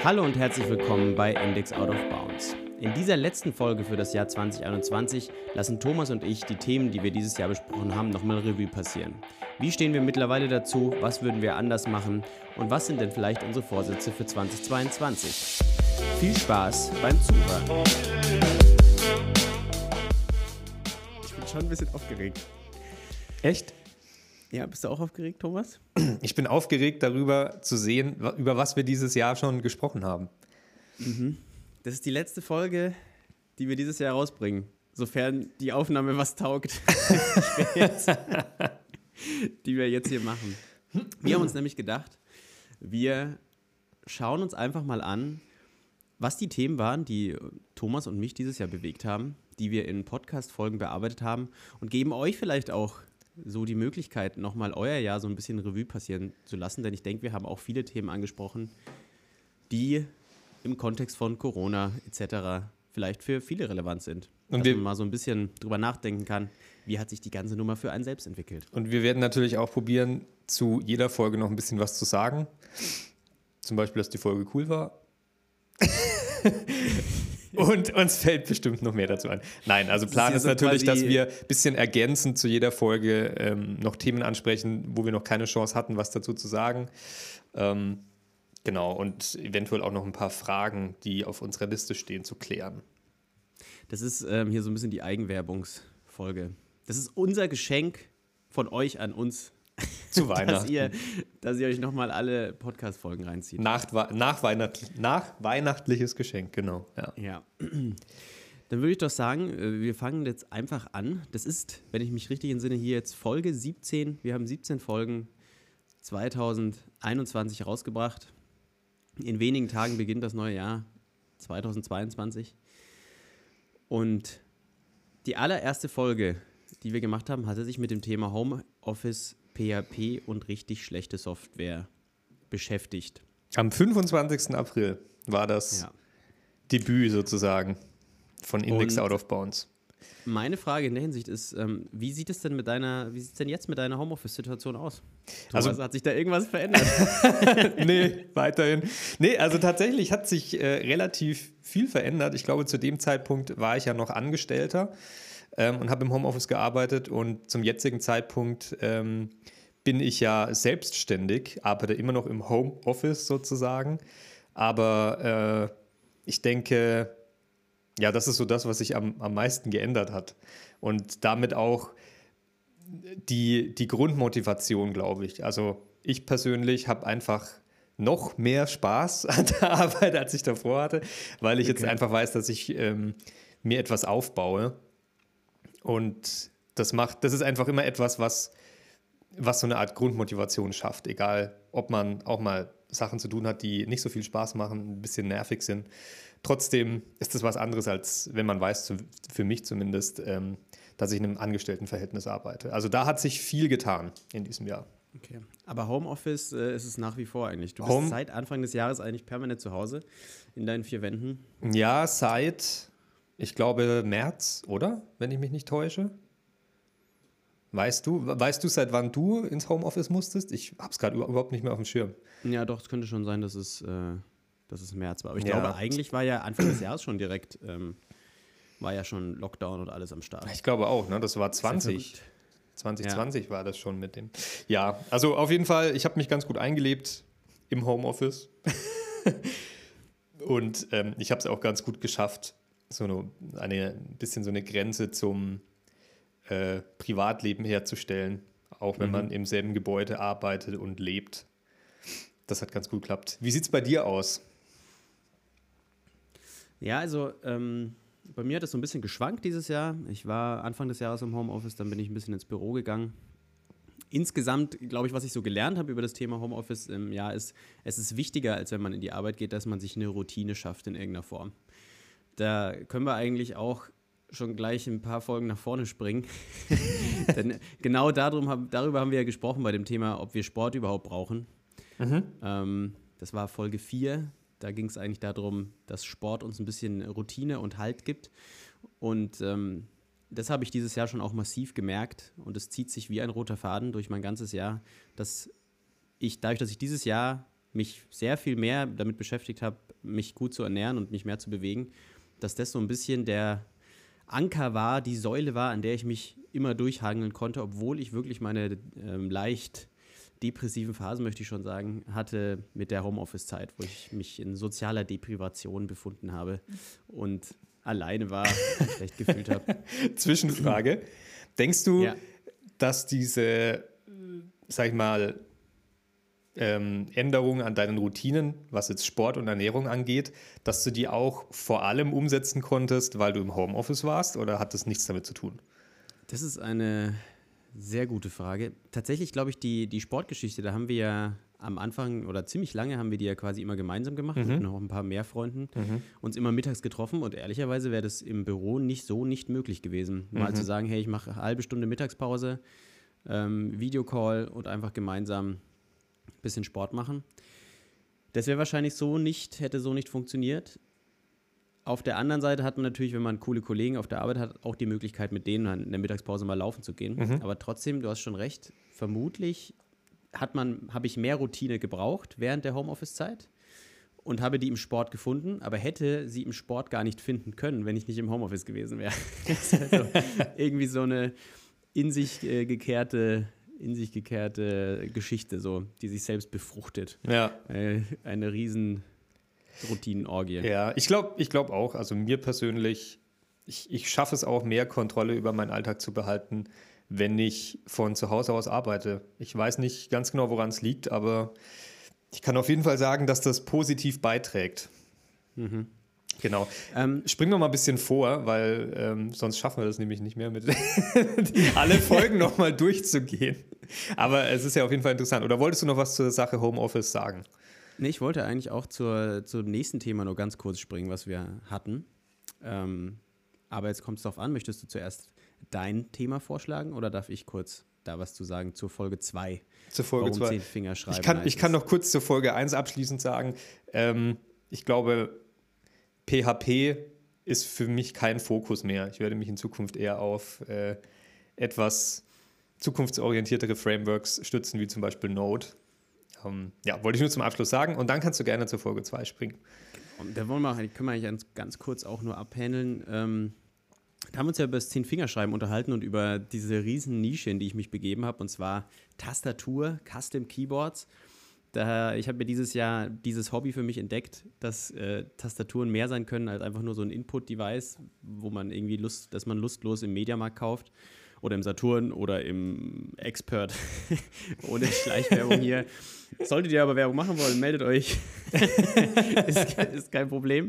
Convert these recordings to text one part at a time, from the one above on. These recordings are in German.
Hallo und herzlich willkommen bei Index Out of Bounds. In dieser letzten Folge für das Jahr 2021 lassen Thomas und ich die Themen, die wir dieses Jahr besprochen haben, nochmal Revue passieren. Wie stehen wir mittlerweile dazu? Was würden wir anders machen? Und was sind denn vielleicht unsere Vorsätze für 2022? Viel Spaß beim Zuhören. Ich bin schon ein bisschen aufgeregt. Echt? Ja, bist du auch aufgeregt, Thomas? Ich bin aufgeregt darüber zu sehen, über was wir dieses Jahr schon gesprochen haben. Das ist die letzte Folge, die wir dieses Jahr rausbringen. Sofern die Aufnahme was taugt, die wir jetzt hier machen. Wir haben uns nämlich gedacht, wir schauen uns einfach mal an, was die Themen waren, die Thomas und mich dieses Jahr bewegt haben, die wir in Podcast-Folgen bearbeitet haben und geben euch vielleicht auch so die Möglichkeit, nochmal euer Jahr so ein bisschen Revue passieren zu lassen, denn ich denke, wir haben auch viele Themen angesprochen, die im Kontext von Corona etc. vielleicht für viele relevant sind. Und dass man mal so ein bisschen drüber nachdenken kann, wie hat sich die ganze Nummer für einen selbst entwickelt. Und wir werden natürlich auch probieren, zu jeder Folge noch ein bisschen was zu sagen. Zum Beispiel, dass die Folge cool war. Und uns fällt bestimmt noch mehr dazu ein. Nein, also Plan ist natürlich, dass wir ein bisschen ergänzend zu jeder Folge noch Themen ansprechen, wo wir noch keine Chance hatten, was dazu zu sagen. Genau, und eventuell auch noch ein paar Fragen, die auf unserer Liste stehen, zu klären. Das ist hier so ein bisschen die Eigenwerbungsfolge. Das ist unser Geschenk von euch an uns. Zu Weihnachten. dass ihr euch nochmal alle Podcast-Folgen reinzieht. Nachweihnachtliches Geschenk, genau. Ja. Dann würde ich doch sagen, wir fangen jetzt einfach an. Das ist, wenn ich mich richtig entsinne, hier jetzt Folge 17. Wir haben 17 Folgen 2021 rausgebracht. In wenigen Tagen beginnt das neue Jahr 2022. Und die allererste Folge, die wir gemacht haben, hatte sich mit dem Thema Homeoffice, PHP und richtig schlechte Software beschäftigt. Am 25. April war das Debüt sozusagen von Index Out of Bounds. Meine Frage in der Hinsicht ist, wie sieht es denn jetzt mit deiner Homeoffice-Situation aus? Also hat sich da irgendwas verändert? Nee, weiterhin. Nee, also tatsächlich hat sich relativ viel verändert. Ich glaube, zu dem Zeitpunkt war ich ja noch Angestellter und habe im Homeoffice gearbeitet, und zum jetzigen Zeitpunkt bin ich ja selbstständig, arbeite immer noch im Homeoffice sozusagen, aber ich denke, ja, das ist so das, was sich am meisten geändert hat, und damit auch die Grundmotivation, glaube ich. Also ich persönlich habe einfach noch mehr Spaß an der Arbeit, als ich davor hatte, weil ich jetzt einfach weiß, dass ich mir etwas aufbaue. Und das ist einfach immer etwas, was so eine Art Grundmotivation schafft, egal ob man auch mal Sachen zu tun hat, die nicht so viel Spaß machen, ein bisschen nervig sind. Trotzdem ist das was anderes, als wenn man weiß, für mich zumindest, dass ich in einem Angestelltenverhältnis arbeite. Also da hat sich viel getan in diesem Jahr. Okay. Aber Homeoffice ist es nach wie vor eigentlich. Du bist seit Anfang des Jahres eigentlich permanent zu Hause in deinen 4 Wänden. Ja, seit, ich glaube, März, oder? Wenn ich mich nicht täusche. Weißt du, seit wann du ins Homeoffice musstest? Ich habe es gerade überhaupt nicht mehr auf dem Schirm. Ja, doch, es könnte schon sein, dass es März war. Aber ich glaube, eigentlich war ja Anfang des Jahres schon direkt, war ja schon Lockdown und alles am Start. Ich glaube auch, ne? Das war 2020 war das schon mit dem. Ja, also auf jeden Fall, ich habe mich ganz gut eingelebt im Homeoffice. Und ich habe es auch ganz gut geschafft, ein bisschen so eine Grenze zum Privatleben herzustellen, auch wenn man im selben Gebäude arbeitet und lebt. Das hat ganz gut geklappt. Wie sieht es bei dir aus? Ja, also bei mir hat es so ein bisschen geschwankt dieses Jahr. Ich war Anfang des Jahres im Homeoffice, dann bin ich ein bisschen ins Büro gegangen. Insgesamt, glaube ich, was ich so gelernt habe über das Thema Homeoffice im Jahr ist, es ist wichtiger, als wenn man in die Arbeit geht, dass man sich eine Routine schafft in irgendeiner Form. Da können wir eigentlich auch schon gleich ein paar Folgen nach vorne springen. Denn genau darüber haben wir ja gesprochen bei dem Thema, ob wir Sport überhaupt brauchen. Das war Folge 4. Da ging es eigentlich darum, dass Sport uns ein bisschen Routine und Halt gibt. Und das habe ich dieses Jahr schon auch massiv gemerkt. Und es zieht sich wie ein roter Faden durch mein ganzes Jahr, dass ich, dadurch, dass ich dieses Jahr mich sehr viel mehr damit beschäftigt habe, mich gut zu ernähren und mich mehr zu bewegen, dass das so ein bisschen der Anker war, die Säule war, an der ich mich immer durchhangeln konnte, obwohl ich wirklich meine leicht depressiven Phasen, möchte ich schon sagen, hatte mit der Homeoffice-Zeit, wo ich mich in sozialer Deprivation befunden habe und alleine war und schlecht gefühlt habe. Zwischenfrage. Denkst du, dass diese, sag ich mal, Änderungen an deinen Routinen, was jetzt Sport und Ernährung angeht, dass du die auch vor allem umsetzen konntest, weil du im Homeoffice warst, oder hat das nichts damit zu tun? Das ist eine sehr gute Frage. Tatsächlich glaube ich, die Sportgeschichte, da haben wir ja am Anfang oder ziemlich lange haben wir die ja quasi immer gemeinsam gemacht, mit noch ein paar mehr Freunden, uns immer mittags getroffen und ehrlicherweise wäre das im Büro nicht möglich gewesen, mal zu sagen, hey, ich mache eine halbe Stunde Mittagspause, Videocall und einfach gemeinsam ein bisschen Sport machen. Das wäre wahrscheinlich hätte so nicht funktioniert. Auf der anderen Seite hat man natürlich, wenn man coole Kollegen auf der Arbeit hat, auch die Möglichkeit, mit denen in der Mittagspause mal laufen zu gehen. Aber trotzdem, du hast schon recht, vermutlich habe ich mehr Routine gebraucht während der Homeoffice-Zeit und habe die im Sport gefunden, aber hätte sie im Sport gar nicht finden können, wenn ich nicht im Homeoffice gewesen wäre. Das ist also irgendwie so eine in sich gekehrte Geschichte, so, die sich selbst befruchtet. Ja. Eine riesen Routinenorgie. Ja, ich glaub auch, also mir persönlich, ich schaffe es auch, mehr Kontrolle über meinen Alltag zu behalten, wenn ich von zu Hause aus arbeite. Ich weiß nicht ganz genau, woran es liegt, aber ich kann auf jeden Fall sagen, dass das positiv beiträgt. Genau. Springen wir mal ein bisschen vor, weil sonst schaffen wir das nämlich nicht mehr, mit alle Folgen nochmal durchzugehen. Aber es ist ja auf jeden Fall interessant. Oder wolltest du noch was zur Sache Homeoffice sagen? Nee, ich wollte eigentlich auch zum nächsten Thema nur ganz kurz springen, was wir hatten. Aber jetzt kommt es darauf an, möchtest du zuerst dein Thema vorschlagen oder darf ich kurz da was zu sagen zur Folge 2? Zur Folge 2. 10 Finger schreiben. Ich kann noch kurz zur Folge 1 abschließend sagen. Ich glaube, PHP ist für mich kein Fokus mehr. Ich werde mich in Zukunft eher auf etwas zukunftsorientiertere Frameworks stützen, wie zum Beispiel Node. Wollte ich nur zum Abschluss sagen. Und dann kannst du gerne zur Folge 2 springen. Und da können wir eigentlich ganz kurz auch nur abhandeln. Da haben wir uns ja über das 10-Fingerschreiben unterhalten und über diese riesen Nische, in die ich mich begeben habe, und zwar Tastatur, Custom Keyboards. Ich habe mir dieses Jahr dieses Hobby für mich entdeckt, dass Tastaturen mehr sein können als einfach nur so ein Input-Device, wo man irgendwie dass man lustlos im Mediamarkt kauft oder im Saturn oder im Expert ohne Schleichwerbung hier. Solltet ihr aber Werbung machen wollen, meldet euch. ist kein Problem.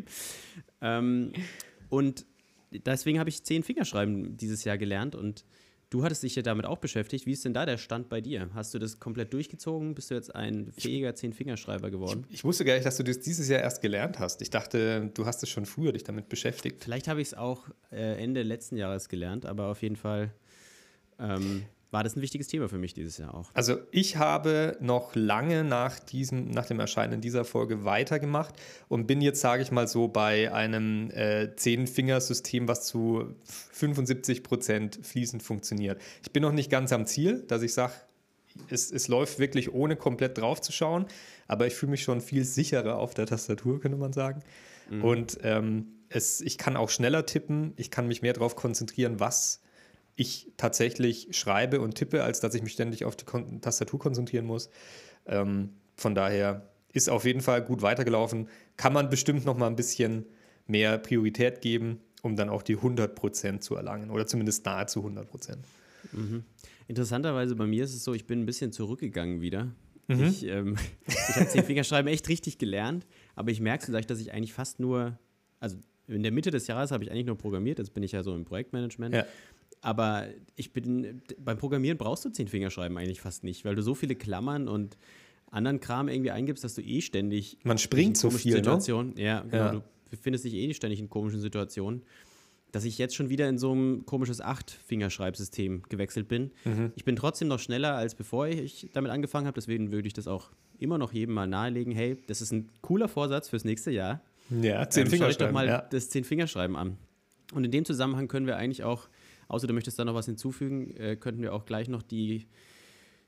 Und deswegen habe ich 10-Fingerschreiben dieses Jahr gelernt und du hattest dich ja damit auch beschäftigt. Wie ist denn da der Stand bei dir? Hast du das komplett durchgezogen? Bist du jetzt ein fähiger 10-Fingerschreiber geworden? Ich wusste gar nicht, dass du das dieses Jahr erst gelernt hast. Ich dachte, du hast es schon früher dich damit beschäftigt. Vielleicht habe ich es auch Ende letzten Jahres gelernt, aber auf jeden Fall war das ein wichtiges Thema für mich dieses Jahr auch. Also ich habe noch lange nach dem Erscheinen dieser Folge weitergemacht und bin jetzt, sage ich mal so, bei einem 10-Fingersystem, was zu 75% fließend funktioniert. Ich bin noch nicht ganz am Ziel, dass ich sage, es läuft wirklich ohne komplett drauf zu schauen, aber ich fühle mich schon viel sicherer auf der Tastatur, könnte man sagen. Und ich kann auch schneller tippen, ich kann mich mehr darauf konzentrieren, was ich tatsächlich schreibe und tippe, als dass ich mich ständig auf die Tastatur konzentrieren muss. Von daher ist auf jeden Fall gut weitergelaufen. Kann man bestimmt noch mal ein bisschen mehr Priorität geben, um dann auch die 100% zu erlangen oder zumindest nahezu 100%. Interessanterweise bei mir ist es so, ich bin ein bisschen zurückgegangen wieder. Ich habe 10-Fingerschreiben echt richtig gelernt, aber ich merke vielleicht, dass ich eigentlich fast nur, also in der Mitte des Jahres habe ich eigentlich nur programmiert, jetzt bin ich ja so im Projektmanagement. Ja. Aber beim Programmieren brauchst du 10-Fingerschreiben eigentlich fast nicht, weil du so viele Klammern und anderen Kram irgendwie eingibst, dass du ständig... Man springt so viel, ne? Ja, genau. Ja. Du befindest dich ständig in komischen Situationen, dass ich jetzt schon wieder in so ein komisches 8-Fingerschreibsystem gewechselt bin. Ich bin trotzdem noch schneller, als bevor ich damit angefangen habe, deswegen würde ich das auch immer noch jedem mal nahelegen. Hey, das ist ein cooler Vorsatz fürs nächste Jahr. Ja, 10-Fingerschreiben. Schau euch doch mal das 10-Fingerschreiben an. Und in dem Zusammenhang können wir eigentlich auch, außer du möchtest da noch was hinzufügen, könnten wir auch gleich noch die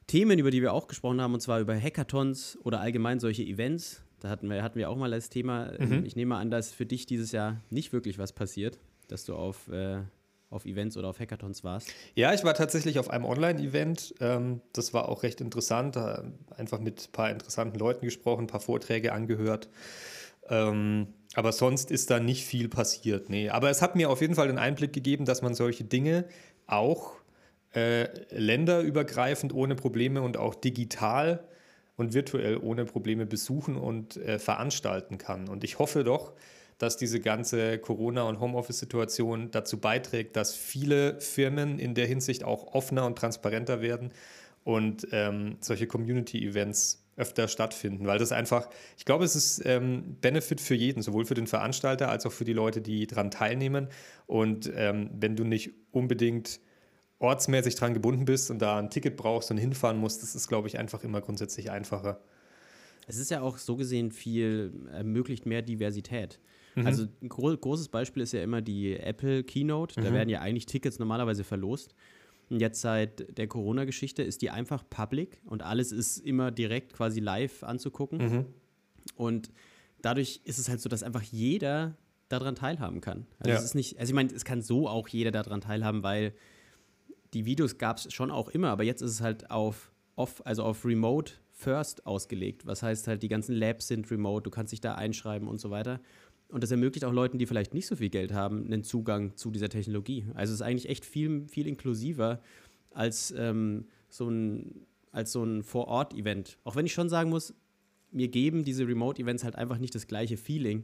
Themen, über die wir auch gesprochen haben, und zwar über Hackathons oder allgemein solche Events. Da hatten wir auch mal als Thema. Ich nehme an, dass für dich dieses Jahr nicht wirklich was passiert, dass du auf Events oder auf Hackathons warst. Ja, ich war tatsächlich auf einem Online-Event. Das war auch recht interessant. Einfach mit ein paar interessanten Leuten gesprochen, ein paar Vorträge angehört. Aber sonst ist da nicht viel passiert. Nee. Aber es hat mir auf jeden Fall den Einblick gegeben, dass man solche Dinge auch länderübergreifend ohne Probleme und auch digital und virtuell ohne Probleme besuchen und veranstalten kann. Und ich hoffe doch, dass diese ganze Corona- und Homeoffice-Situation dazu beiträgt, dass viele Firmen in der Hinsicht auch offener und transparenter werden und solche Community-Events öfter stattfinden, weil das einfach, ich glaube, es ist Benefit für jeden, sowohl für den Veranstalter als auch für die Leute, die daran teilnehmen. Und wenn du nicht unbedingt ortsmäßig dran gebunden bist und da ein Ticket brauchst und hinfahren musst, das ist, glaube ich, einfach immer grundsätzlich einfacher. Es ist ja auch so gesehen ermöglicht mehr Diversität. Also ein großes Beispiel ist ja immer die Apple Keynote. Da werden ja eigentlich Tickets normalerweise verlost. Und jetzt seit der Corona-Geschichte ist die einfach public und alles ist immer direkt quasi live anzugucken. Und dadurch ist es halt so, dass einfach jeder daran teilhaben kann. Also es ist nicht, also ich meine, es kann so auch jeder daran teilhaben, weil die Videos gab es schon auch immer, aber jetzt ist es halt auf Remote First ausgelegt. Was heißt halt, die ganzen Labs sind remote, du kannst dich da einschreiben und so weiter. Und das ermöglicht auch Leuten, die vielleicht nicht so viel Geld haben, einen Zugang zu dieser Technologie. Also es ist eigentlich echt viel, viel inklusiver als so ein Vor-Ort-Event. Auch wenn ich schon sagen muss, mir geben diese Remote-Events halt einfach nicht das gleiche Feeling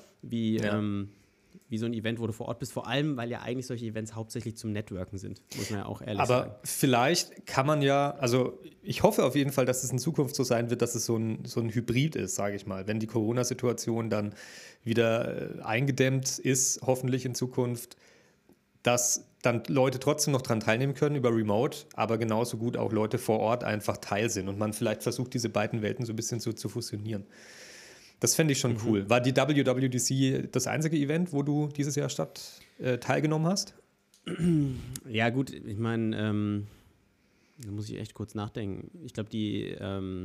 wie so ein Event, wo du vor Ort bist. Vor allem, weil ja eigentlich solche Events hauptsächlich zum Networken sind, muss man ja auch ehrlich sagen. Aber vielleicht kann man ja, also ich hoffe auf jeden Fall, dass es in Zukunft so sein wird, dass es so ein Hybrid ist, sage ich mal. Wenn die Corona-Situation dann wieder eingedämmt ist, hoffentlich in Zukunft, dass dann Leute trotzdem noch dran teilnehmen können über Remote, aber genauso gut auch Leute vor Ort einfach Teil sind und man vielleicht versucht, diese beiden Welten so ein bisschen zu fusionieren. Das fände ich schon cool. War die WWDC das einzige Event, wo du dieses Jahr teilgenommen hast? Ja gut, ich meine, da muss ich echt kurz nachdenken. Ich glaube, die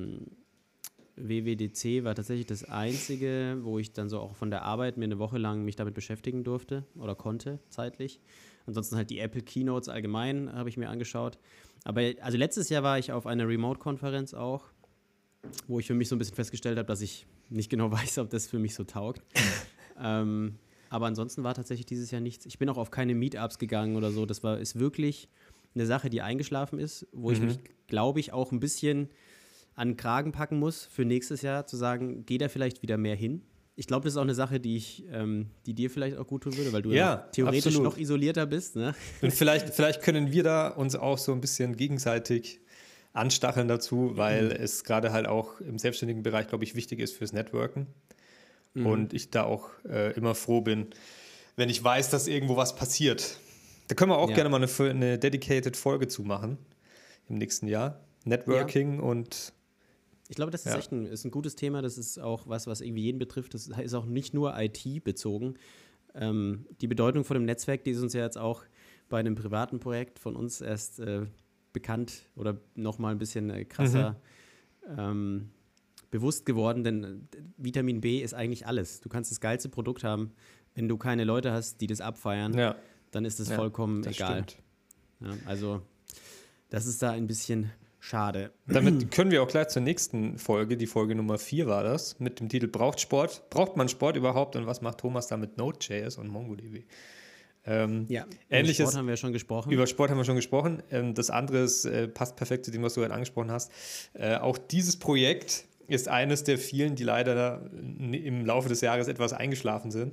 WWDC war tatsächlich das einzige, wo ich dann so auch von der Arbeit mir eine Woche lang mich damit beschäftigen durfte oder konnte, zeitlich. Ansonsten halt die Apple Keynotes allgemein habe ich mir angeschaut. Aber also letztes Jahr war ich auf einer Remote-Konferenz auch, wo ich für mich so ein bisschen festgestellt habe, dass ich nicht genau weiß, ob das für mich so taugt. Aber ansonsten war tatsächlich dieses Jahr nichts. Ich bin auch auf keine Meetups gegangen oder so. Das ist wirklich eine Sache, die eingeschlafen ist, wo ich mich, glaube ich, auch ein bisschen an den Kragen packen muss für nächstes Jahr, zu sagen, geh da vielleicht wieder mehr hin. Ich glaube, das ist auch eine Sache, die dir vielleicht auch gut tun würde, weil du theoretisch absolut noch isolierter bist. Ne? Und vielleicht können wir da uns auch so ein bisschen gegenseitig anstacheln dazu, weil es gerade halt auch im selbstständigen Bereich, glaube ich, wichtig ist fürs Networken. Und ich da auch immer froh bin, wenn ich weiß, dass irgendwo was passiert. Da können wir auch gerne mal eine dedicated Folge zu machen im nächsten Jahr. Networking und ich glaube, das ist echt ein gutes Thema. Das ist auch was irgendwie jeden betrifft. Das ist auch nicht nur IT-bezogen. Die Bedeutung von dem Netzwerk, die ist uns ja jetzt auch bei einem privaten Projekt von uns erst bekannt oder nochmal ein bisschen krasser bewusst geworden, denn Vitamin B ist eigentlich alles. Du kannst das geilste Produkt haben, wenn du keine Leute hast, die das abfeiern, dann ist das vollkommen egal. Ja, also das ist da ein bisschen schade. Damit können wir auch gleich zur nächsten Folge, die Folge Nummer 4 war das, mit dem Titel Braucht man Sport überhaupt und was macht Thomas da mit Node.js und MongoDB? Über Sport haben wir schon gesprochen. Über Sport haben wir schon gesprochen. Das andere passt perfekt zu dem, was du gerade angesprochen hast. Auch dieses Projekt ist eines der vielen, die leider im Laufe des Jahres etwas eingeschlafen sind.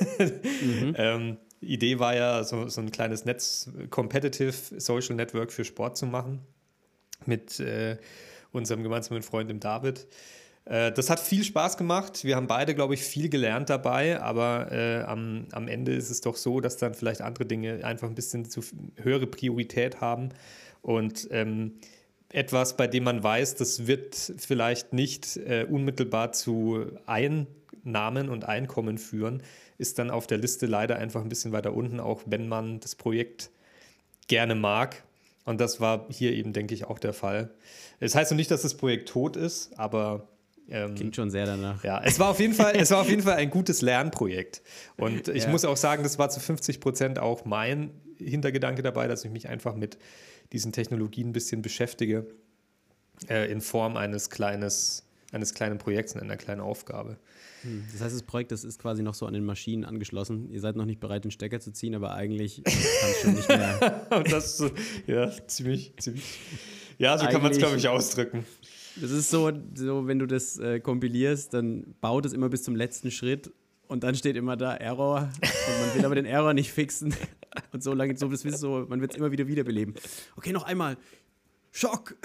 Die Idee war ja, so ein kleines Competitive Social Network für Sport zu machen mit unserem gemeinsamen Freund, dem David. Das hat viel Spaß gemacht. Wir haben beide, glaube ich, viel gelernt dabei, aber am Ende ist es doch so, dass dann vielleicht andere Dinge einfach ein bisschen zu höhere Priorität haben und etwas, bei dem man weiß, das wird vielleicht nicht unmittelbar zu Einnahmen und Einkommen führen, ist dann auf der Liste leider einfach ein bisschen weiter unten, auch wenn man das Projekt gerne mag. Und das war hier eben, denke ich, auch der Fall. Es heißt noch nicht, dass das Projekt tot ist, aber klingt schon sehr danach. ja, es war auf jeden Fall ein gutes Lernprojekt. Und ich muss auch sagen, das war zu 50% auch mein Hintergedanke dabei, dass ich mich einfach mit diesen Technologien ein bisschen beschäftige, in Form eines kleinen Projekts, einer kleinen Aufgabe. Das heißt, das Projekt, das ist quasi noch so an den Maschinen angeschlossen. Ihr seid noch nicht bereit, den Stecker zu ziehen, aber eigentlich kann es schon nicht mehr. Das ist ja ziemlich. Ja, so kann man es, glaube ich, ausdrücken. Das ist so wenn du das kompilierst, dann baut es immer bis zum letzten Schritt und dann steht immer da Error und man will aber den Error nicht fixen. Und so lange, man wird es immer wieder wiederbeleben. Okay, noch einmal. Schock!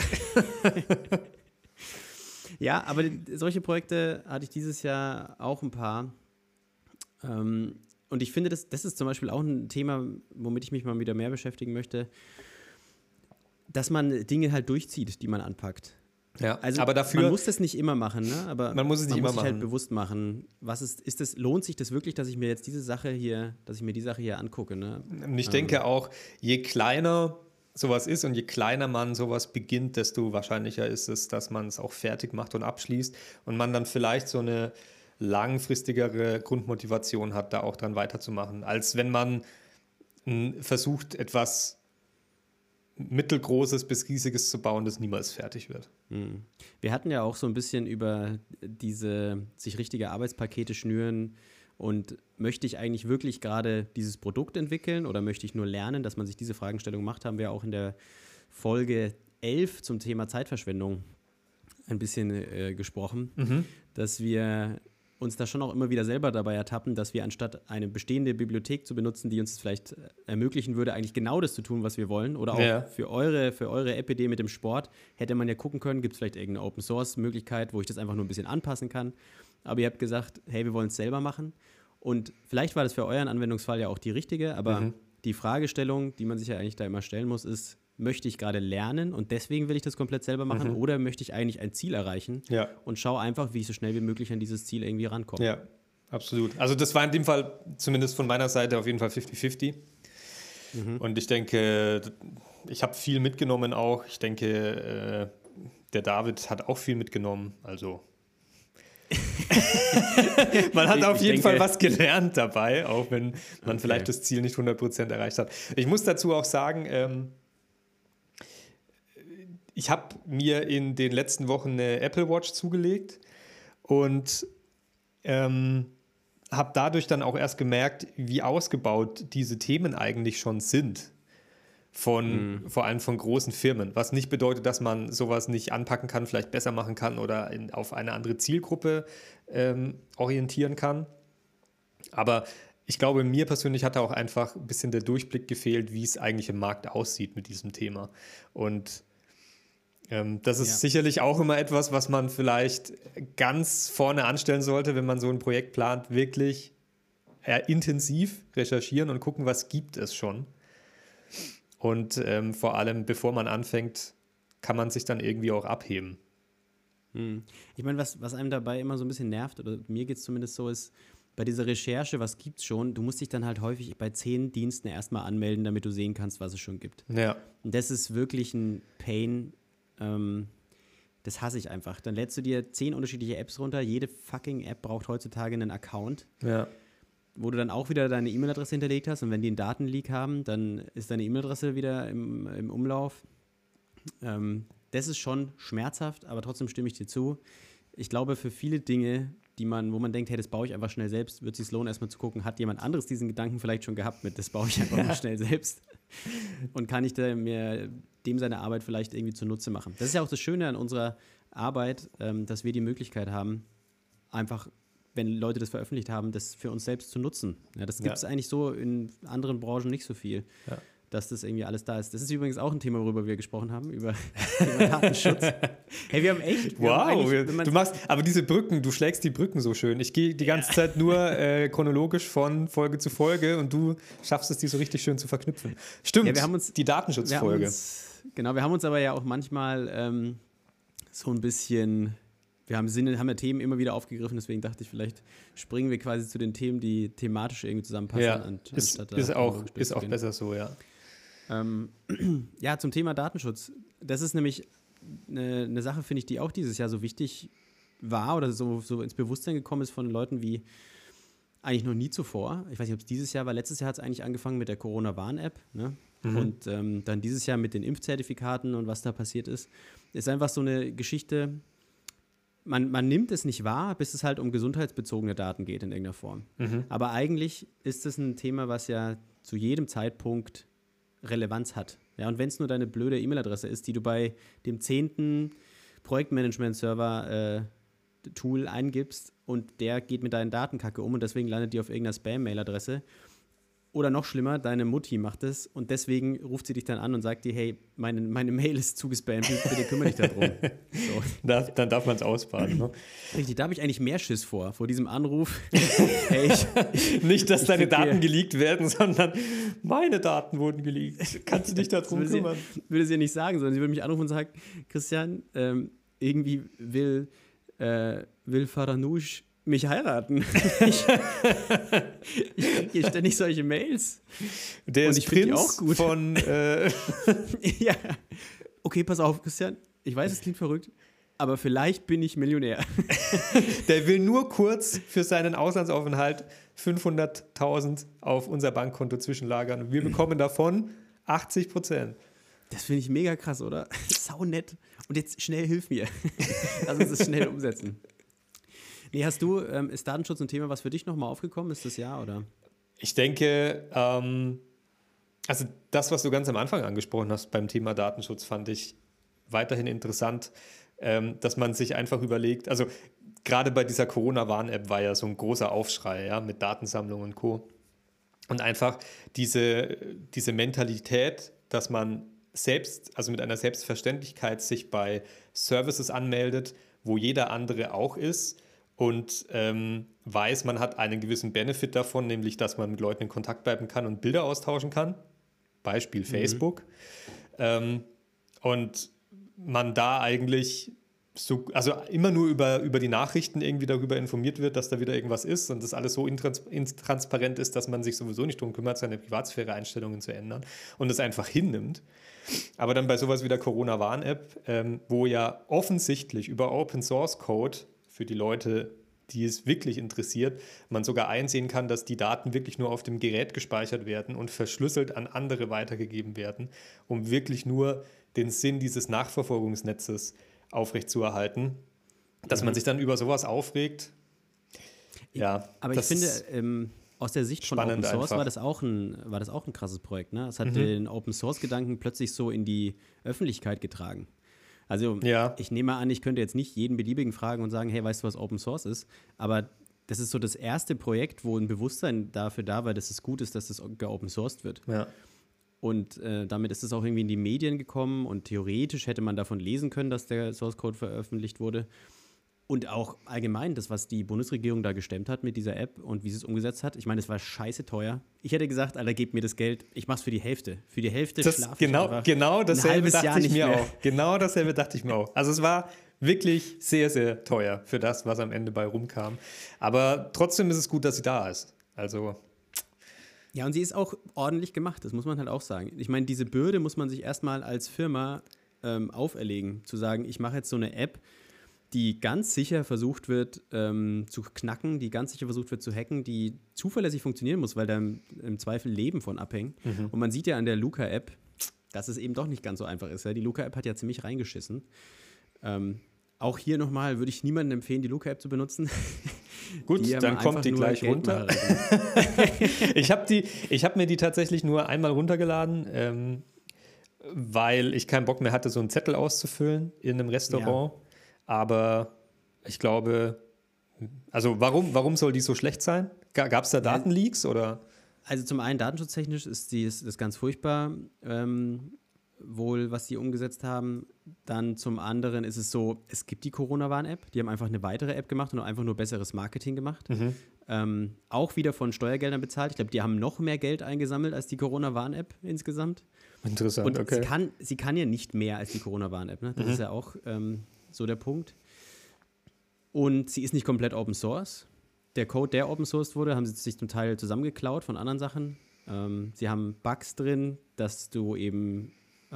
Ja, aber solche Projekte hatte ich dieses Jahr auch ein paar. Und ich finde, das ist zum Beispiel auch ein Thema, womit ich mich mal wieder mehr beschäftigen möchte, dass man Dinge halt durchzieht, die man anpackt. Ja, also aber dafür, man muss das nicht immer machen, ne? Aber man muss es nicht immer sich machen. Halt bewusst machen. Lohnt sich das wirklich, dass ich mir jetzt die Sache hier angucke, ne? Und ich denke auch, je kleiner sowas ist und je kleiner man sowas beginnt, desto wahrscheinlicher ist es, dass man es auch fertig macht und abschließt und man dann vielleicht so eine langfristigere Grundmotivation hat, da auch dran weiterzumachen, als wenn man versucht, etwas Mittelgroßes bis Riesiges zu bauen, das niemals fertig wird. Wir hatten ja auch so ein bisschen über diese sich richtige Arbeitspakete schnüren und möchte ich eigentlich wirklich gerade dieses Produkt entwickeln oder möchte ich nur lernen, dass man sich diese Fragestellung macht, haben wir auch in der Folge 11 zum Thema Zeitverschwendung ein bisschen gesprochen, dass wir uns da schon auch immer wieder selber dabei ertappen, dass wir anstatt eine bestehende Bibliothek zu benutzen, die uns vielleicht ermöglichen würde, eigentlich genau das zu tun, was wir wollen, oder auch für eure App-Idee mit dem Sport, hätte man ja gucken können, gibt es vielleicht irgendeine Open-Source-Möglichkeit, wo ich das einfach nur ein bisschen anpassen kann. Aber ihr habt gesagt, hey, wir wollen es selber machen. Und vielleicht war das für euren Anwendungsfall ja auch die richtige, aber die Fragestellung, die man sich ja eigentlich da immer stellen muss, ist, möchte ich gerade lernen und deswegen will ich das komplett selber machen oder möchte ich eigentlich ein Ziel erreichen und schaue einfach, wie ich so schnell wie möglich an dieses Ziel irgendwie rankomme. Ja, absolut. Also das war in dem Fall zumindest von meiner Seite auf jeden Fall 50-50. Und ich denke, ich habe viel mitgenommen auch. Ich denke, der David hat auch viel mitgenommen. Also man hat auf jeden Fall was gelernt dabei, auch wenn man vielleicht das Ziel nicht 100% erreicht hat. Ich muss dazu auch sagen, ich habe mir in den letzten Wochen eine Apple Watch zugelegt und habe dadurch dann auch erst gemerkt, wie ausgebaut diese Themen eigentlich schon sind. Vor allem von großen Firmen. Was nicht bedeutet, dass man sowas nicht anpacken kann, vielleicht besser machen kann oder auf eine andere Zielgruppe orientieren kann. Aber ich glaube, mir persönlich hat da auch einfach ein bisschen der Durchblick gefehlt, wie es eigentlich im Markt aussieht mit diesem Thema. Und das ist sicherlich auch immer etwas, was man vielleicht ganz vorne anstellen sollte, wenn man so ein Projekt plant, wirklich intensiv recherchieren und gucken, was gibt es schon. Und vor allem, bevor man anfängt, kann man sich dann irgendwie auch abheben. Ich meine, was einem dabei immer so ein bisschen nervt, oder mir geht es zumindest so, ist, bei dieser Recherche, was gibt's schon, du musst dich dann halt häufig bei 10 Diensten erstmal anmelden, damit du sehen kannst, was es schon gibt. Ja. Und das ist wirklich ein Pain, das hasse ich einfach. Dann lädst du dir 10 unterschiedliche Apps runter, jede fucking App braucht heutzutage einen Account. Ja. Wo du dann auch wieder deine E-Mail-Adresse hinterlegt hast und wenn die einen Datenleak haben, dann ist deine E-Mail-Adresse wieder im Umlauf. Das ist schon schmerzhaft, aber trotzdem stimme ich dir zu. Ich glaube, für viele Dinge, wo man denkt, hey, das baue ich einfach schnell selbst, wird es sich lohnen, erstmal zu gucken, hat jemand anderes diesen Gedanken vielleicht schon gehabt mit, das baue ich einfach mal schnell selbst und kann ich mir dem seine Arbeit vielleicht irgendwie zunutze machen. Das ist ja auch das Schöne an unserer Arbeit, dass wir die Möglichkeit haben, einfach, wenn Leute das veröffentlicht haben, das für uns selbst zu nutzen. Ja, das gibt es eigentlich so in anderen Branchen nicht so viel, dass das irgendwie alles da ist. Das ist übrigens auch ein Thema, worüber wir gesprochen haben, über Datenschutz. Hey, wir haben echt... Du machst, aber diese Brücken, du schlägst die Brücken so schön. Ich gehe die ganze Zeit nur chronologisch von Folge zu Folge und du schaffst es, die so richtig schön zu verknüpfen. Stimmt, wir haben uns, die Datenschutzfolge. Wir haben uns aber ja auch manchmal so ein bisschen... Wir haben ja Themen immer wieder aufgegriffen, deswegen dachte ich, vielleicht springen wir quasi zu den Themen, die thematisch irgendwie zusammenpassen. Ja, ist auch besser so, ja. Ja, zum Thema Datenschutz. Das ist nämlich eine Sache, finde ich, die auch dieses Jahr so wichtig war oder so ins Bewusstsein gekommen ist von Leuten wie eigentlich noch nie zuvor. Ich weiß nicht, ob es dieses Jahr war. Letztes Jahr hat es eigentlich angefangen mit der Corona-Warn-App. Ne? Und dann dieses Jahr mit den Impfzertifikaten und was da passiert ist. Ist einfach so eine Geschichte, man nimmt es nicht wahr, bis es halt um gesundheitsbezogene Daten geht in irgendeiner Form. Aber eigentlich ist es ein Thema, was ja zu jedem Zeitpunkt Relevanz hat. Ja, und wenn es nur deine blöde E-Mail-Adresse ist, die du bei dem 10. Projektmanagement-Server-Tool eingibst und der geht mit deinen Datenkacke um und deswegen landet die auf irgendeiner Spam-Mail-Adresse. Oder noch schlimmer, deine Mutti macht es und deswegen ruft sie dich dann an und sagt dir, hey, meine Mail ist zugespammt, bitte kümmere dich darum. So. Dann darf man es ausbaden. Ne? Richtig, da habe ich eigentlich mehr Schiss vor diesem Anruf. Hey, nicht, dass deine Daten geleakt werden, sondern meine Daten wurden geleakt. Kannst du dich darum kümmern? Würde sie ja nicht sagen, sondern sie würde mich anrufen und sagen, Christian, irgendwie will Faranoush mich heiraten. Ich kriege hier ständig solche Mails. Der und ist ich finde die Prinz auch gut. Von Ja. Okay, pass auf, Christian. Ich weiß, es klingt verrückt, aber vielleicht bin ich Millionär. Der will nur kurz für seinen Auslandsaufenthalt 500.000 auf unser Bankkonto zwischenlagern. Und wir bekommen davon 80%. Das finde ich mega krass, oder? Sau nett. Und jetzt schnell hilf mir. Lass uns das schnell umsetzen. Nee, ist Datenschutz ein Thema, was für dich nochmal aufgekommen ist das Jahr, oder? Ich denke, also das, was du ganz am Anfang angesprochen hast beim Thema Datenschutz, fand ich weiterhin interessant, dass man sich einfach überlegt, also gerade bei dieser Corona-Warn-App war ja so ein großer Aufschrei, ja, mit Datensammlung und Co. Und einfach diese Mentalität, dass man selbst, also mit einer Selbstverständlichkeit sich bei Services anmeldet, wo jeder andere auch ist, und weiß, man hat einen gewissen Benefit davon, nämlich, dass man mit Leuten in Kontakt bleiben kann und Bilder austauschen kann. Beispiel Facebook. Und man da eigentlich also immer nur über die Nachrichten irgendwie darüber informiert wird, dass da wieder irgendwas ist und das alles so intransparent ist, dass man sich sowieso nicht darum kümmert, seine Privatsphäre-Einstellungen zu ändern und es einfach hinnimmt. Aber dann bei sowas wie der Corona-Warn-App, wo ja offensichtlich über Open-Source-Code für die Leute, die es wirklich interessiert, man sogar einsehen kann, dass die Daten wirklich nur auf dem Gerät gespeichert werden und verschlüsselt an andere weitergegeben werden, um wirklich nur den Sinn dieses Nachverfolgungsnetzes aufrechtzuerhalten. Dass man sich dann über sowas aufregt, ja. Aber ich finde, aus der Sicht von Open Source war das auch ein krasses Projekt. Ne? Es hat den Open Source-Gedanken plötzlich so in die Öffentlichkeit getragen. Also ich nehme an, ich könnte jetzt nicht jeden beliebigen fragen und sagen, hey, weißt du, was Open Source ist? Aber das ist so das erste Projekt, wo ein Bewusstsein dafür da war, dass es gut ist, dass das geopen-sourced wird. Ja. Und damit ist es auch irgendwie in die Medien gekommen und theoretisch hätte man davon lesen können, dass der Source Code veröffentlicht wurde. Und auch allgemein das, was die Bundesregierung da gestemmt hat mit dieser App und wie sie es umgesetzt hat. Ich meine, es war scheiße teuer. Ich hätte gesagt, Alter, gebt mir das Geld. Ich mach's für die Hälfte. Für die Hälfte schlafe ich einfach genau dasselbe dachte ich mir mehr. auch. Genau dasselbe dachte ich mir auch. Also es war wirklich sehr, sehr teuer für das, was am Ende bei rumkam. Aber trotzdem ist es gut, dass sie da ist. Also ja, und sie ist auch ordentlich gemacht. Das muss man halt auch sagen. Ich meine, diese Bürde muss man sich erstmal als Firma auferlegen. Zu sagen, ich mache jetzt so eine App, die ganz sicher versucht wird zu knacken, die ganz sicher versucht wird zu hacken, die zuverlässig funktionieren muss, weil da im Zweifel Leben von abhängt. Und man sieht ja an der Luca-App, dass es eben doch nicht ganz so einfach ist. Ja? Die Luca-App hat ja ziemlich reingeschissen. Auch hier nochmal würde ich niemandem empfehlen, die Luca-App zu benutzen. Gut, dann kommt die gleich runter. Ich hab mir die tatsächlich nur einmal runtergeladen, weil ich keinen Bock mehr hatte, so einen Zettel auszufüllen in einem Restaurant. Ja. Aber ich glaube, also warum soll die so schlecht sein? Gab es da Datenleaks oder? Also zum einen datenschutztechnisch ist das ganz furchtbar, wohl, was die umgesetzt haben. Dann zum anderen ist es so, es gibt die Corona-Warn-App, die haben einfach eine weitere App gemacht und einfach nur besseres Marketing gemacht. Auch wieder von Steuergeldern bezahlt. Ich glaube, die haben noch mehr Geld eingesammelt als die Corona-Warn-App insgesamt. Interessant, und okay. Sie kann ja nicht mehr als die Corona-Warn-App, ne? Das ist ja auch so der Punkt. Und sie ist nicht komplett Open Source. Der Code, der Open Sourced wurde, haben sie sich zum Teil zusammengeklaut von anderen Sachen. Sie haben Bugs drin, dass du eben,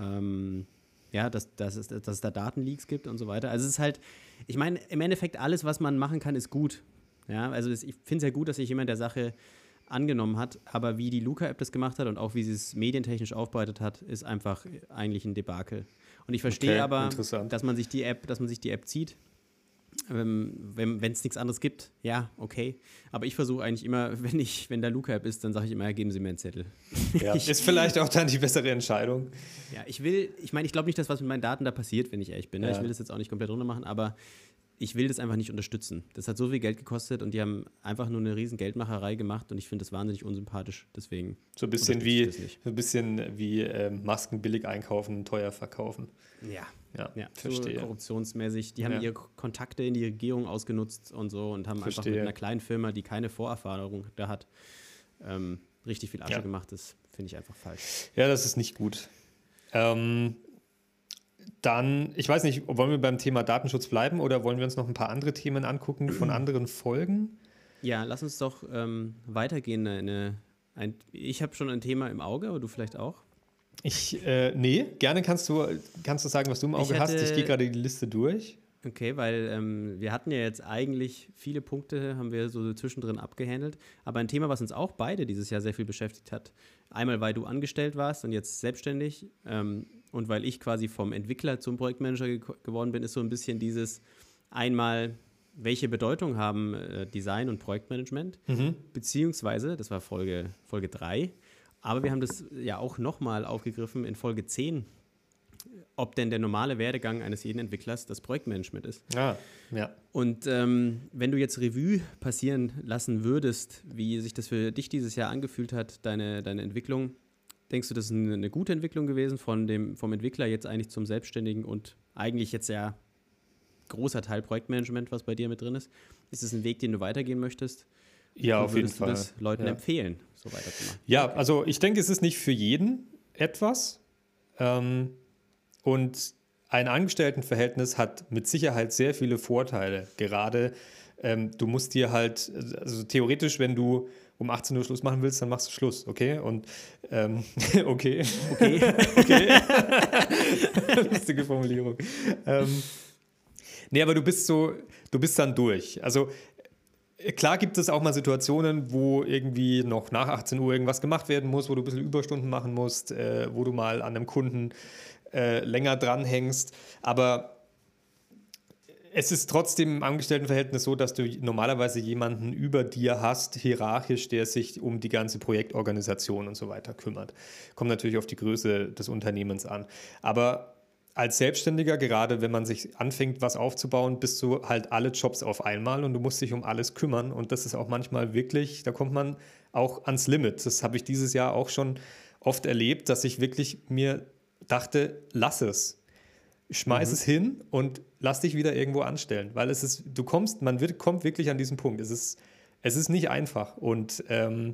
dass es da Datenleaks gibt und so weiter. Also es ist halt, ich meine, im Endeffekt alles, was man machen kann, ist gut. Ja, also ich finde es ja gut, dass sich jemand der Sache angenommen hat, aber wie die Luca-App das gemacht hat und auch wie sie es medientechnisch aufbereitet hat, ist einfach eigentlich ein Debakel. Und ich verstehe aber, dass man sich die App zieht, wenn es nichts anderes gibt, ja, okay. Aber ich versuche eigentlich immer, wenn da Luca-App ist, dann sage ich immer, geben Sie mir einen Zettel. Ja, ist vielleicht auch dann die bessere Entscheidung. Ja, ich glaube nicht, dass was mit meinen Daten da passiert, wenn ich ehrlich bin. Ja. Ich will das jetzt auch nicht komplett runter machen, aber ich will das einfach nicht unterstützen. Das hat so viel Geld gekostet und die haben einfach nur eine riesen Geldmacherei gemacht und ich finde das wahnsinnig unsympathisch. Deswegen so ein bisschen wie Masken billig einkaufen und teuer verkaufen. Ja, verstehe. So korruptionsmäßig. Die haben ihre Kontakte in die Regierung ausgenutzt und so und haben einfach mit einer kleinen Firma, die keine Vorerfahrung da hat, richtig viel Asche gemacht. Das finde ich einfach falsch. Ja, das ist nicht gut. Dann, ich weiß nicht, wollen wir beim Thema Datenschutz bleiben oder wollen wir uns noch ein paar andere Themen angucken von anderen Folgen? Ja, lass uns doch weitergehen. Ich habe schon ein Thema im Auge, aber du vielleicht auch? Nee, gerne kannst du sagen, was du im Auge hast. Ich gehe gerade die Liste durch. Okay, weil wir hatten ja jetzt eigentlich viele Punkte, haben wir so zwischendrin abgehandelt, aber ein Thema, was uns auch beide dieses Jahr sehr viel beschäftigt hat, einmal, weil du angestellt warst und jetzt selbstständig und weil ich quasi vom Entwickler zum Projektmanager geworden bin, ist so ein bisschen dieses einmal, welche Bedeutung haben Design und Projektmanagement, beziehungsweise, das war Folge 3, aber wir haben das ja auch nochmal aufgegriffen in Folge 10, ob denn der normale Werdegang eines jeden Entwicklers das Projektmanagement ist. Ja. Und wenn du jetzt Revue passieren lassen würdest, wie sich das für dich dieses Jahr angefühlt hat, deine Entwicklung, denkst du, das ist eine gute Entwicklung gewesen vom Entwickler jetzt eigentlich zum Selbstständigen und eigentlich jetzt ja großer Teil Projektmanagement, was bei dir mit drin ist? Ist es ein Weg, den du weitergehen möchtest? Ja, auf jeden Fall. Würdest du das Leuten empfehlen, so weiterzumachen? Ja, also ich denke, es ist nicht für jeden etwas. Und ein Angestelltenverhältnis hat mit Sicherheit sehr viele Vorteile. Gerade du musst dir halt, also theoretisch, wenn du um 18 Uhr Schluss machen willst, dann machst du Schluss, okay? Und okay. Lustige Formulierung. Nee, aber du bist dann durch. Also klar gibt es auch mal Situationen, wo irgendwie noch nach 18 Uhr irgendwas gemacht werden muss, wo du ein bisschen Überstunden machen musst, wo du mal an einem Kunden länger dranhängst. Aber es ist trotzdem im Angestelltenverhältnis so, dass du normalerweise jemanden über dir hast, hierarchisch, der sich um die ganze Projektorganisation und so weiter kümmert. Kommt natürlich auf die Größe des Unternehmens an. Aber als Selbstständiger, gerade wenn man sich anfängt, was aufzubauen, bist du halt alle Jobs auf einmal und du musst dich um alles kümmern. Und das ist auch manchmal wirklich, da kommt man auch ans Limit. Das habe ich dieses Jahr auch schon oft erlebt, dass ich wirklich mir dachte, lass es. Schmeiß es hin und lass dich wieder irgendwo anstellen. Weil kommt wirklich an diesen Punkt. Es ist nicht einfach. Und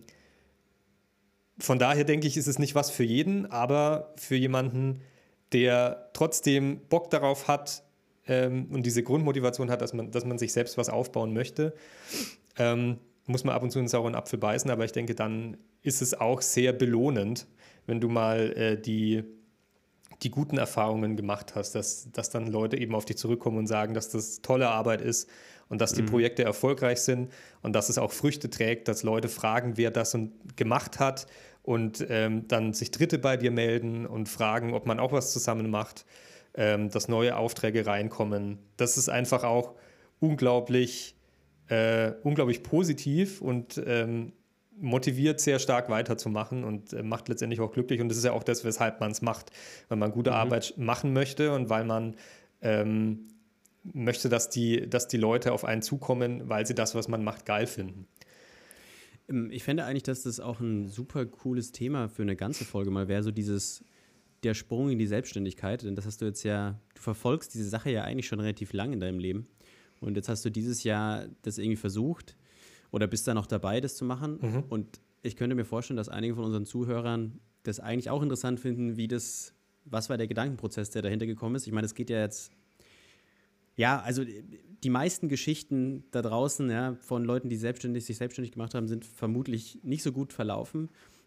von daher denke ich, ist es nicht was für jeden, aber für jemanden, der trotzdem Bock darauf hat und diese Grundmotivation hat, dass man sich selbst was aufbauen möchte, muss man ab und zu einen sauren Apfel beißen, aber ich denke, dann ist es auch sehr belohnend, wenn du mal die guten Erfahrungen gemacht hast, dass dann Leute eben auf dich zurückkommen und sagen, dass das tolle Arbeit ist und dass die Projekte erfolgreich sind und dass es auch Früchte trägt, dass Leute fragen, wer das gemacht hat und dann sich Dritte bei dir melden und fragen, ob man auch was zusammen macht, dass neue Aufträge reinkommen. Das ist einfach auch unglaublich positiv und motiviert sehr stark weiterzumachen und macht letztendlich auch glücklich. Und das ist ja auch das, weshalb man es macht, weil man gute Arbeit machen möchte und weil man möchte, dass die Leute auf einen zukommen, weil sie das, was man macht, geil finden. Ich fände eigentlich, dass das auch ein super cooles Thema für eine ganze Folge mal wäre, so der Sprung in die Selbstständigkeit. Denn das hast du jetzt du verfolgst diese Sache ja eigentlich schon relativ lang in deinem Leben. Und jetzt hast du dieses Jahr das irgendwie versucht oder bist da noch dabei, das zu machen. Und ich könnte mir vorstellen, dass einige von unseren Zuhörern das eigentlich auch interessant finden, was war der Gedankenprozess, der dahinter gekommen ist. Ich meine, es geht ja jetzt, also die meisten Geschichten da draußen, von Leuten, die sich selbstständig gemacht haben, sind vermutlich nicht so gut verlaufen.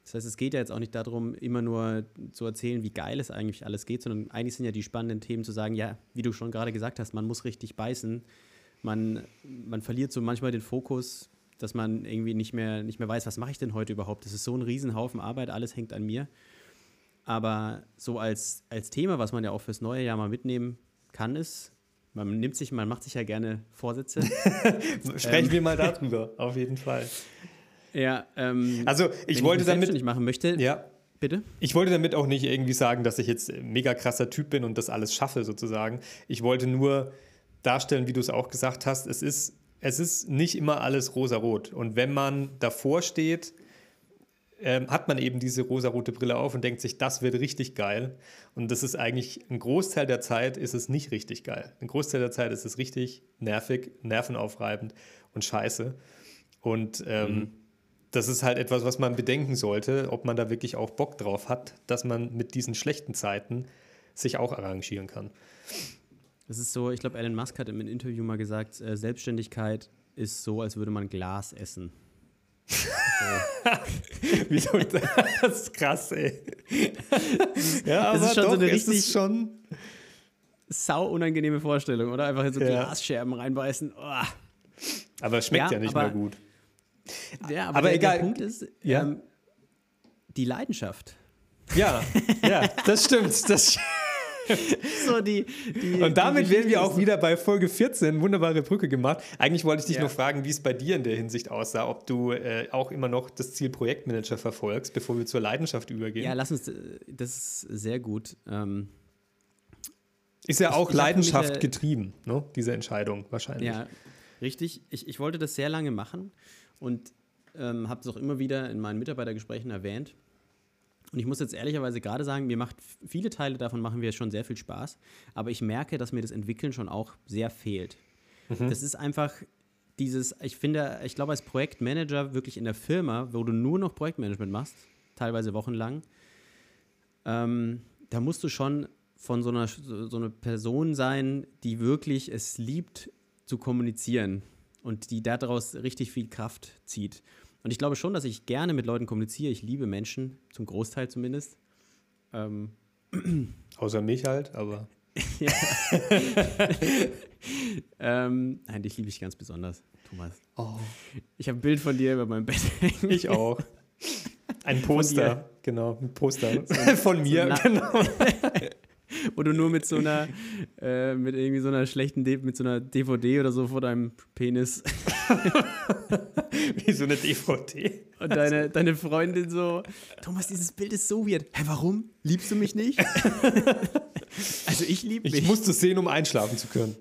Das heißt, es geht ja jetzt auch nicht darum, immer nur zu erzählen, wie geil es eigentlich alles geht, sondern eigentlich sind ja die spannenden Themen zu sagen, ja, wie du schon gerade gesagt hast, man muss richtig beißen. Man verliert so manchmal den Fokus, dass man irgendwie nicht mehr weiß, was mache ich denn heute überhaupt? Das ist so ein Riesenhaufen Arbeit, alles hängt an mir. Aber so als Thema, was man ja auch fürs neue Jahr mal mitnehmen kann, ist, man macht sich ja gerne Vorsätze. Sprechen wir mal darüber, auf jeden Fall. Ja, also ich wollte damit nicht machen möchte. Ja. Bitte? Ich wollte damit auch nicht irgendwie sagen, dass ich jetzt ein mega krasser Typ bin und das alles schaffe sozusagen. Ich wollte nur darstellen, wie du es auch gesagt hast, es ist nicht immer alles rosarot. Und wenn man davor steht, hat man eben diese rosarote Brille auf und denkt sich, das wird richtig geil. Und das ist eigentlich, ein Großteil der Zeit ist es nicht richtig geil. Ein Großteil der Zeit ist es richtig nervig, nervenaufreibend und scheiße. Und das ist halt etwas, was man bedenken sollte, ob man da wirklich auch Bock drauf hat, dass man mit diesen schlechten Zeiten sich auch arrangieren kann. Das ist so, ich glaube, Elon Musk hat im Interview mal gesagt, Selbstständigkeit ist so, als würde man Glas essen. Wieso? Das ist krass, ey. Ja, das aber ist schon doch, so eine richtig schon sau unangenehme Vorstellung, oder? Einfach in so Glasscherben reinbeißen. Oh. Aber es schmeckt ja nicht mehr gut. Ja, aber egal. Der Punkt ist, die Leidenschaft. Ja, das stimmt. So und damit wären wir auch wieder bei Folge 14, wunderbare Brücke gemacht. Eigentlich wollte ich dich noch fragen, wie es bei dir in der Hinsicht aussah, ob du auch immer noch das Ziel Projektmanager verfolgst, bevor wir zur Leidenschaft übergehen. Ja, lass uns, das ist sehr gut. Ist ja auch Leidenschaft getrieben, ne? Diese Entscheidung wahrscheinlich. Ja, richtig. Ich wollte das sehr lange machen und habe es auch immer wieder in meinen Mitarbeitergesprächen erwähnt. Und ich muss jetzt ehrlicherweise gerade sagen, viele Teile davon machen mir schon sehr viel Spaß, aber ich merke, dass mir das Entwickeln schon auch sehr fehlt. Das ist einfach ich glaube als Projektmanager wirklich in der Firma, wo du nur noch Projektmanagement machst, teilweise wochenlang, da musst du schon von so einer Person sein, die wirklich es liebt zu kommunizieren und die daraus richtig viel Kraft zieht. Und ich glaube schon, dass ich gerne mit Leuten kommuniziere. Ich liebe Menschen, zum Großteil zumindest. Außer mich halt, aber... Nein, dich liebe ich ganz besonders, Thomas. Oh. Ich habe ein Bild von dir über meinem Bett hängen. Ich auch. Ein Poster, genau, ein Poster von mir, genau. Wo du nur mit so einer mit irgendwie so einer schlechten mit so einer DVD oder so vor deinem Penis. Wie so eine DVD. Und deine Freundin so, Thomas, dieses Bild ist so weird. Hä, warum? Liebst du mich nicht? Also ich liebe mich. Ich musste es sehen, um einschlafen zu können.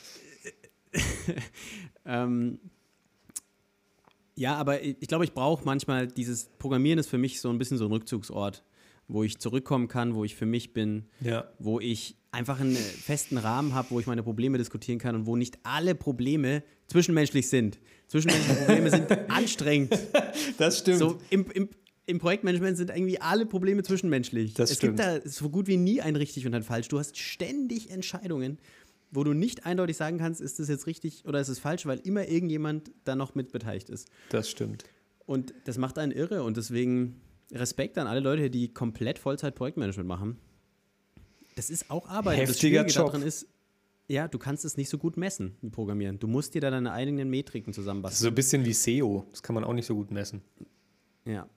Ja, aber ich glaube, ich brauche manchmal dieses Programmieren ist für mich so ein bisschen so ein Rückzugsort, wo ich zurückkommen kann, wo ich für mich bin, wo ich einfach einen festen Rahmen habe, wo ich meine Probleme diskutieren kann und wo nicht alle Probleme zwischenmenschlich sind. Zwischenmenschliche Probleme sind anstrengend. Das stimmt. So, im Projektmanagement sind irgendwie alle Probleme zwischenmenschlich. Es gibt da so gut wie nie ein richtig und ein falsch. Du hast ständig Entscheidungen, wo du nicht eindeutig sagen kannst, ist das jetzt richtig oder ist es falsch, weil immer irgendjemand da noch mit beteiligt ist. Das stimmt. Und das macht einen irre und deswegen Respekt an alle Leute, die komplett Vollzeit-Projektmanagement machen. Das ist auch Arbeit. Heftiger das Job. Daran ist, ja, du kannst es nicht so gut messen wie Programmieren. Du musst dir da deine eigenen Metriken zusammenbasteln. Das ist so ein bisschen wie SEO. Das kann man auch nicht so gut messen. Ja.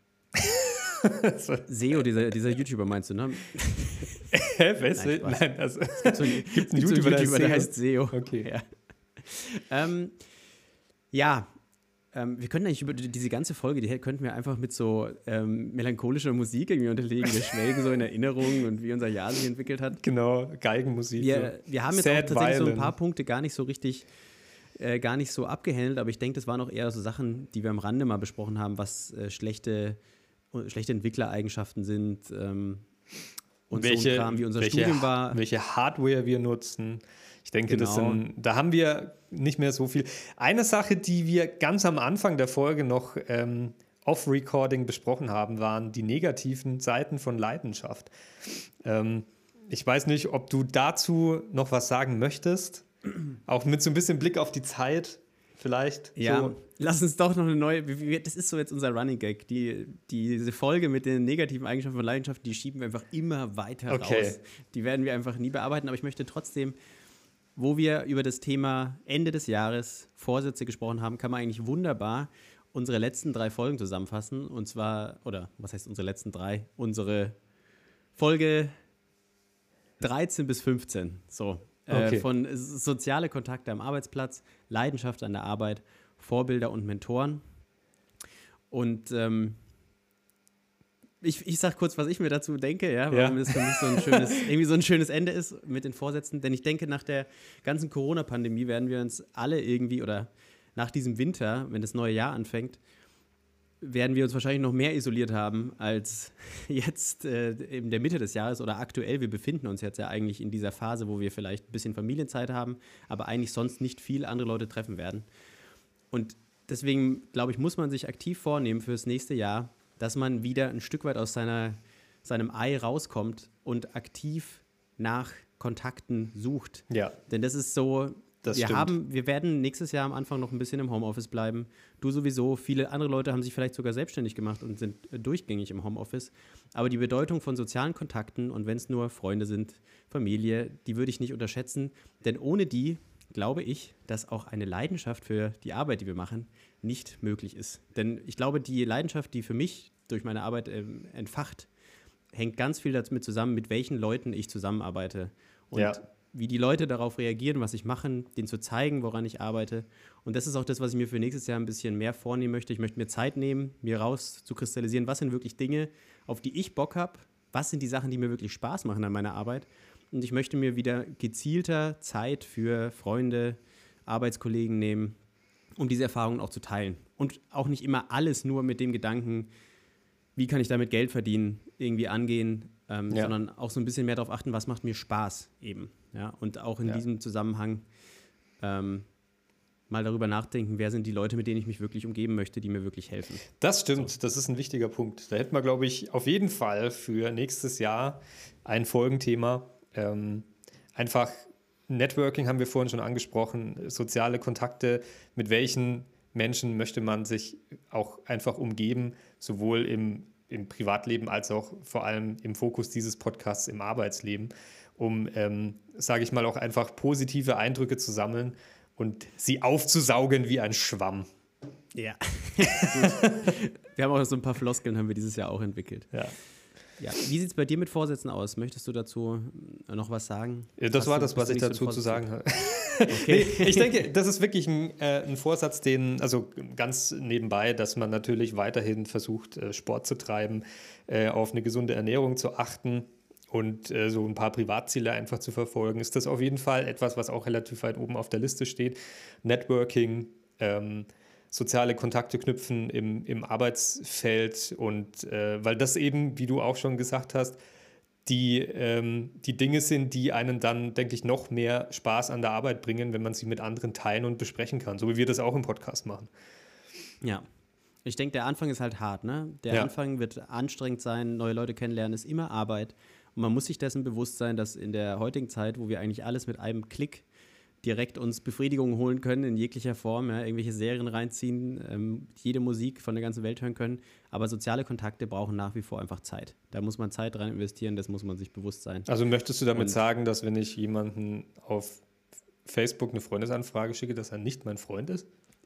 SEO, dieser YouTuber meinst du, ne? Hä, weißt du? Nein, also es gibt einen YouTuber, der heißt SEO. Okay. Ja. Wir könnten eigentlich über diese ganze Folge, die könnten wir einfach mit so melancholischer Musik irgendwie unterlegen. Wir schwelgen so in Erinnerungen und wie unser Jahr sich entwickelt hat. Genau, Geigenmusik. Wir haben jetzt auch tatsächlich so ein paar Punkte gar nicht so abgehandelt, aber ich denke, das waren auch eher so Sachen, die wir am Rande mal besprochen haben, was schlechte Entwicklereigenschaften sind und so ein Kram, wie unser Studium war. Welche Hardware wir nutzen. Ich denke, da haben wir nicht mehr so viel. Eine Sache, die wir ganz am Anfang der Folge noch off-Recording besprochen haben, waren die negativen Seiten von Leidenschaft. Ich weiß nicht, ob du dazu noch was sagen möchtest. Auch mit so ein bisschen Blick auf die Zeit. vielleicht. Ja, so. lass uns doch noch eine neue, das ist so jetzt unser Running Gag, diese Folge mit den negativen Eigenschaften von Leidenschaften, die schieben wir einfach immer weiter raus. Die werden wir einfach nie bearbeiten, aber ich möchte trotzdem, wo wir über das Thema Ende des Jahres Vorsätze gesprochen haben, kann man eigentlich wunderbar unsere letzten 3 Folgen zusammenfassen, und zwar, oder was heißt unsere letzten 3? Unsere Folge 13 bis 15, so. Okay. Von soziale Kontakte am Arbeitsplatz, Leidenschaft an der Arbeit, Vorbilder und Mentoren. Und ich sag kurz, was ich mir dazu denke, warum das für mich so ein schönes Ende ist mit den Vorsätzen. Denn ich denke, nach der ganzen Corona-Pandemie werden wir uns alle irgendwie, oder nach diesem Winter, wenn das neue Jahr anfängt, werden wir uns wahrscheinlich noch mehr isoliert haben als jetzt in der Mitte des Jahres oder aktuell. Wir befinden uns jetzt ja eigentlich in dieser Phase, wo wir vielleicht ein bisschen Familienzeit haben, aber eigentlich sonst nicht viel andere Leute treffen werden. Und deswegen, glaube ich, muss man sich aktiv vornehmen fürs nächste Jahr, dass man wieder ein Stück weit aus seinem Ei rauskommt und aktiv nach Kontakten sucht. Ja. Denn das ist so... Das stimmt. Wir werden nächstes Jahr am Anfang noch ein bisschen im Homeoffice bleiben. Du sowieso. Viele andere Leute haben sich vielleicht sogar selbstständig gemacht und sind durchgängig im Homeoffice. Aber die Bedeutung von sozialen Kontakten, und wenn es nur Freunde sind, Familie, die würde ich nicht unterschätzen. Denn ohne die glaube ich, dass auch eine Leidenschaft für die Arbeit, die wir machen, nicht möglich ist. Denn ich glaube, die Leidenschaft, die für mich durch meine Arbeit entfacht, hängt ganz viel damit zusammen, mit welchen Leuten ich zusammenarbeite. Und wie die Leute darauf reagieren, was ich mache, denen zu zeigen, woran ich arbeite. Und das ist auch das, was ich mir für nächstes Jahr ein bisschen mehr vornehmen möchte. Ich möchte mir Zeit nehmen, mir raus zu kristallisieren, was sind wirklich Dinge, auf die ich Bock habe, was sind die Sachen, die mir wirklich Spaß machen an meiner Arbeit. Und ich möchte mir wieder gezielter Zeit für Freunde, Arbeitskollegen nehmen, um diese Erfahrungen auch zu teilen. Und auch nicht immer alles nur mit dem Gedanken, wie kann ich damit Geld verdienen, irgendwie angehen, sondern auch so ein bisschen mehr darauf achten, was macht mir Spaß eben. Ja? Und auch in diesem Zusammenhang mal darüber nachdenken, wer sind die Leute, mit denen ich mich wirklich umgeben möchte, die mir wirklich helfen. Das stimmt, das ist ein wichtiger Punkt. Da hätten wir, glaube ich, auf jeden Fall für nächstes Jahr ein Folgenthema. Einfach Networking haben wir vorhin schon angesprochen, soziale Kontakte, mit welchen Menschen möchte man sich auch einfach umgeben, sowohl im Privatleben als auch vor allem im Fokus dieses Podcasts im Arbeitsleben, um, sage ich mal, auch einfach positive Eindrücke zu sammeln und sie aufzusaugen wie ein Schwamm. Ja, wir haben auch so ein paar Floskeln, haben wir dieses Jahr auch entwickelt. Ja. Wie sieht es bei dir mit Vorsätzen aus? Möchtest du dazu noch was sagen? Das war das, was ich dazu zu sagen habe. Okay. Nee, ich denke, das ist wirklich ein Vorsatz, also ganz nebenbei, dass man natürlich weiterhin versucht, Sport zu treiben, auf eine gesunde Ernährung zu achten und so ein paar Privatziele einfach zu verfolgen. Ist das auf jeden Fall etwas, was auch relativ weit oben auf der Liste steht. Networking, soziale Kontakte knüpfen im Arbeitsfeld und weil das eben, wie du auch schon gesagt hast, die Dinge sind, die einen dann, denke ich, noch mehr Spaß an der Arbeit bringen, wenn man sie mit anderen teilen und besprechen kann, so wie wir das auch im Podcast machen. Ja, ich denke, der Anfang ist halt hart, ne? Der Anfang wird anstrengend sein, neue Leute kennenlernen ist immer Arbeit und man muss sich dessen bewusst sein, dass in der heutigen Zeit, wo wir eigentlich alles mit einem Klick direkt uns Befriedigung holen können in jeglicher Form, irgendwelche Serien reinziehen, jede Musik von der ganzen Welt hören können. Aber soziale Kontakte brauchen nach wie vor einfach Zeit. Da muss man Zeit rein investieren, das muss man sich bewusst sein. Also möchtest du damit sagen, dass wenn ich jemanden auf Facebook eine Freundesanfrage schicke, dass er nicht mein Freund ist?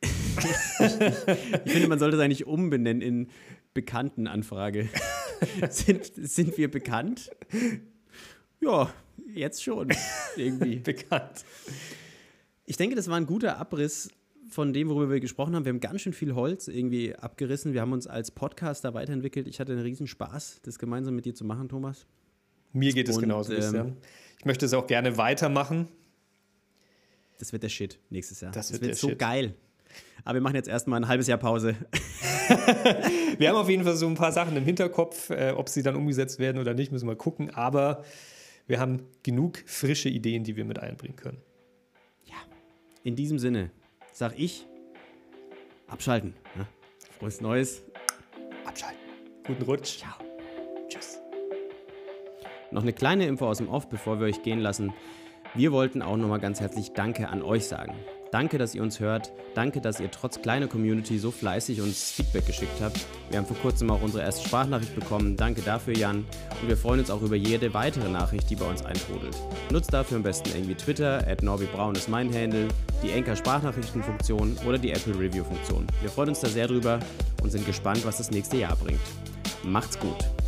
Ich finde, man sollte es eigentlich umbenennen in Bekanntenanfrage. Sind wir bekannt? Ja, jetzt schon irgendwie. Bekannt. Ich denke, das war ein guter Abriss von dem, worüber wir gesprochen haben. Wir haben ganz schön viel Holz irgendwie abgerissen. Wir haben uns als Podcaster weiterentwickelt. Ich hatte einen riesen Spaß, das gemeinsam mit dir zu machen, Thomas. Mir geht es genauso, Christian. Ich möchte es auch gerne weitermachen. Das wird der Shit nächstes Jahr. Das wird so geil. Aber wir machen jetzt erstmal ein halbes Jahr Pause. Wir haben auf jeden Fall so ein paar Sachen im Hinterkopf. Ob sie dann umgesetzt werden oder nicht, müssen wir gucken. Aber wir haben genug frische Ideen, die wir mit einbringen können. Ja, in diesem Sinne sag ich, abschalten. Ne? Frohes Neues. Abschalten. Guten Rutsch. Ciao. Tschüss. Noch eine kleine Info aus dem Off, bevor wir euch gehen lassen. Wir wollten auch nochmal ganz herzlich Danke an euch sagen. Danke, dass ihr uns hört. Danke, dass ihr trotz kleiner Community so fleißig uns Feedback geschickt habt. Wir haben vor kurzem auch unsere erste Sprachnachricht bekommen. Danke dafür, Jan. Und wir freuen uns auch über jede weitere Nachricht, die bei uns eintrudelt. Nutzt dafür am besten irgendwie Twitter, @NorbiBraun ist mein Handle, die Anchor-Sprachnachrichtenfunktion oder die Apple-Review-Funktion. Wir freuen uns da sehr drüber und sind gespannt, was das nächste Jahr bringt. Macht's gut.